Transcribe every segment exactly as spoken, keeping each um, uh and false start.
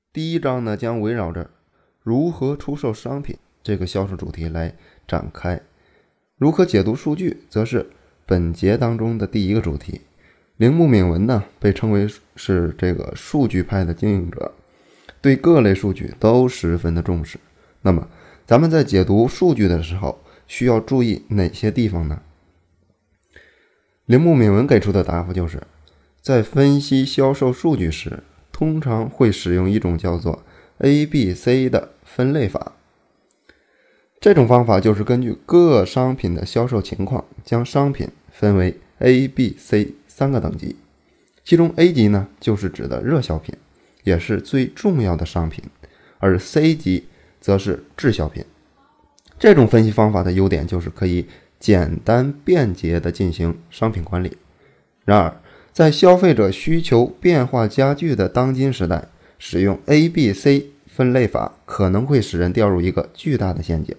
第一章呢，将围绕着如何出售商品这个销售主题来展开，如何解读数据则是本节当中的第一个主题。铃木敏文呢，被称为是这个数据派的经营者，对各类数据都十分的重视。那么咱们在解读数据的时候需要注意哪些地方呢？铃木敏文给出的答复就是，在分析销售数据时，通常会使用一种叫做 A B C 的分类法。这种方法就是根据各商品的销售情况，将商品分为 A、B、C 三个等级，其中 A 级呢就是指的热销品，也是最重要的商品，而 C 级则是滞销品。这种分析方法的优点就是可以简单便捷地进行商品管理。然而在消费者需求变化加剧的当今时代，使用 A、B、C 分类法可能会使人掉入一个巨大的陷阱。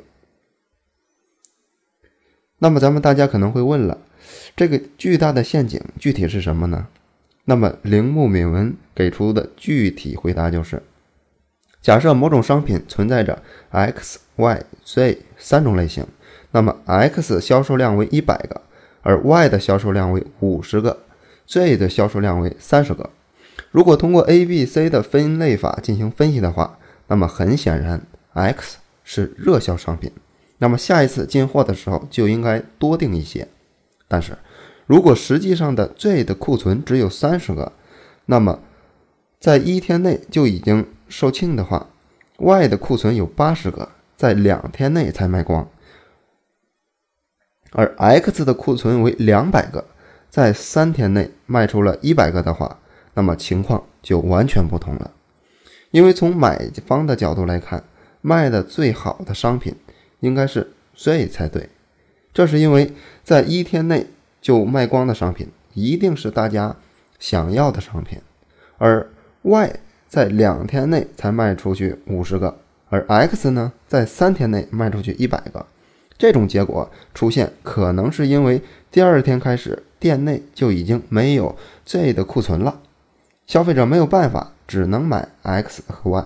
那么咱们大家可能会问了，这个巨大的陷阱具体是什么呢？那么铃木敏文给出的具体回答就是，假设某种商品存在着 X、Y、Z 三种类型，那么 X 销售量为一百个，而 Y 的销售量为五十个， Z 的销售量为三十个。如果通过 A、B、C 的分类法进行分析的话，那么很显然 X 是热销商品，那么下一次进货的时候就应该多订一些。但是如果实际上的 Z 的库存只有三十个，那么在一天内就已经售罄的话， Y 的库存有八十个，在两天内才卖光，而 X 的库存为两百个，在三天内卖出了一百个的话，那么情况就完全不同了。因为从买方的角度来看，卖的最好的商品应该是 Z 才对，这是因为在一天内就卖光的商品一定是大家想要的商品，而 Y 在两天内才卖出去五十个，而 X 呢在三天内卖出去一百个。这种结果出现可能是因为第二天开始店内就已经没有 Z 的库存了，消费者没有办法，只能买 X 和 Y。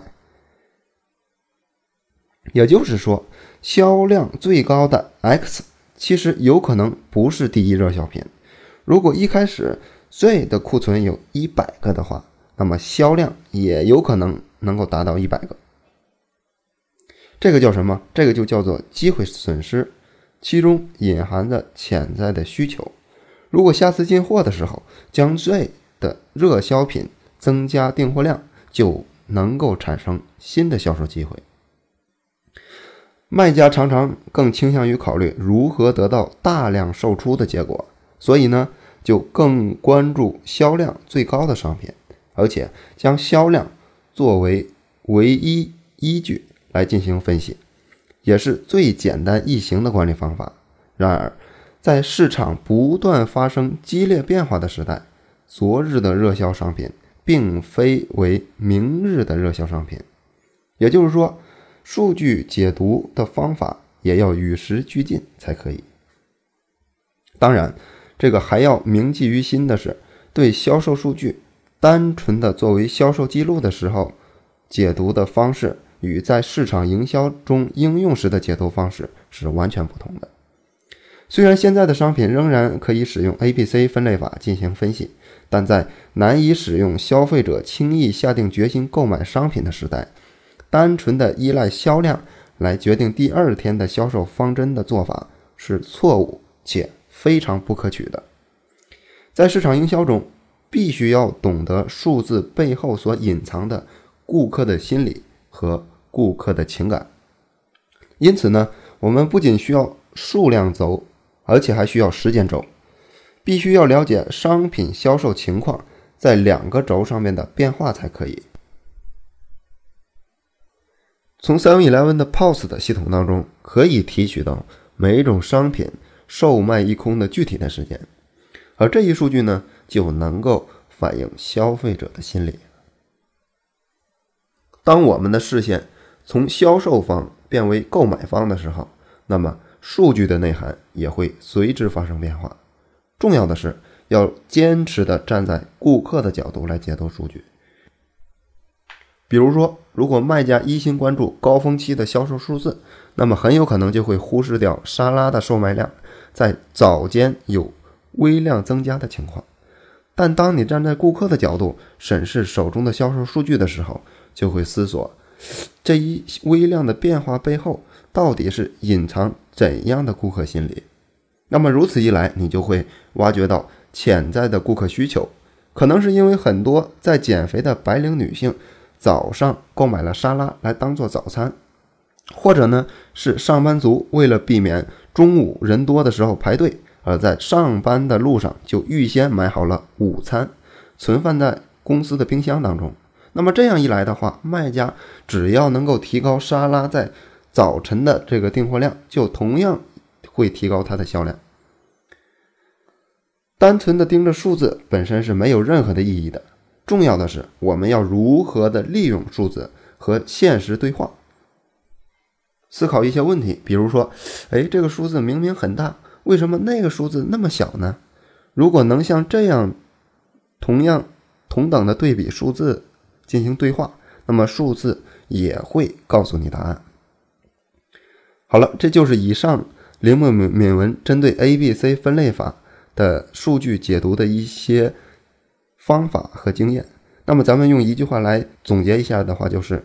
也就是说，销量最高的 X 其实有可能不是第一热销品。如果一开始 Z 的库存有一百个的话，那么销量也有可能能够达到一百个。这个叫什么？这个就叫做机会损失，其中隐含着潜在的需求。如果下次进货的时候将 Z 的热销品增加订货量，就能够产生新的销售机会。卖家常常更倾向于考虑如何得到大量售出的结果，所以呢，就更关注销量最高的商品，而且将销量作为唯一依据来进行分析，也是最简单易行的管理方法。然而在市场不断发生激烈变化的时代，昨日的热销商品并非为明日的热销商品，也就是说，数据解读的方法也要与时俱进才可以。当然，这个还要铭记于心的是，对销售数据单纯的作为销售记录的时候，解读的方式与在市场营销中应用时的解读方式是完全不同的。虽然现在的商品仍然可以使用 A、B、C 分类法进行分析，但在难以使用消费者轻易下定决心购买商品的时代，单纯的依赖销量来决定第二天的销售方针的做法是错误且非常不可取的。在市场营销中，必须要懂得数字背后所隐藏的顾客的心理和顾客的情感。因此呢，我们不仅需要数量轴，而且还需要时间轴，必须要了解商品销售情况在两个轴上面的变化才可以。从 seven eleven 的 P O S 的系统当中可以提取到每一种商品售卖一空的具体的时间，而这一数据呢，就能够反映消费者的心理。当我们的视线从销售方变为购买方的时候，那么数据的内涵也会随之发生变化。重要的是要坚持地站在顾客的角度来解读数据。 比如说，如果卖家一心关注高峰期的销售数字，那么很有可能就会忽视掉沙拉的售卖量在早间有微量增加的情况。但当你站在顾客的角度审视手中的销售数据的时候，就会思索这一微量的变化背后到底是隐藏怎样的顾客心理。那么如此一来，你就会挖掘到潜在的顾客需求，可能是因为很多在减肥的白领女性早上购买了沙拉来当做早餐，或者呢是上班族为了避免中午人多的时候排队，而在上班的路上就预先买好了午餐，存放在公司的冰箱当中。那么这样一来的话，卖家只要能够提高沙拉在早晨的这个订货量，就同样会提高它的销量。单纯的盯着数字本身是没有任何的意义的，重要的是我们要如何的利用数字和现实对话，思考一些问题。比如说，哎，这个数字明明很大，为什么那个数字那么小呢？如果能像这样同样同等的对比数字进行对话，那么数字也会告诉你答案。好了，这就是以上铃木敏文针对 A B C 分类法的数据解读的一些方法和经验。那么咱们用一句话来总结一下的话，就是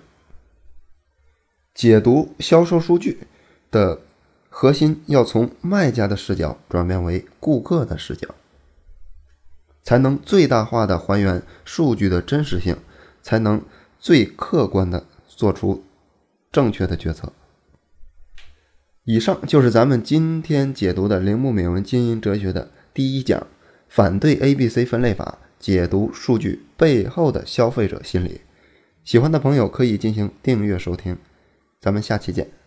解读销售数据的核心要从卖家的视角转变为顾客的视角，才能最大化的还原数据的真实性，才能最客观的做出正确的决策。以上就是咱们今天解读的铃木敏文经营哲学的第一讲，反对 A B C 分类法，解读数据背后的消费者心理。喜欢的朋友可以进行订阅收听，咱们下期见。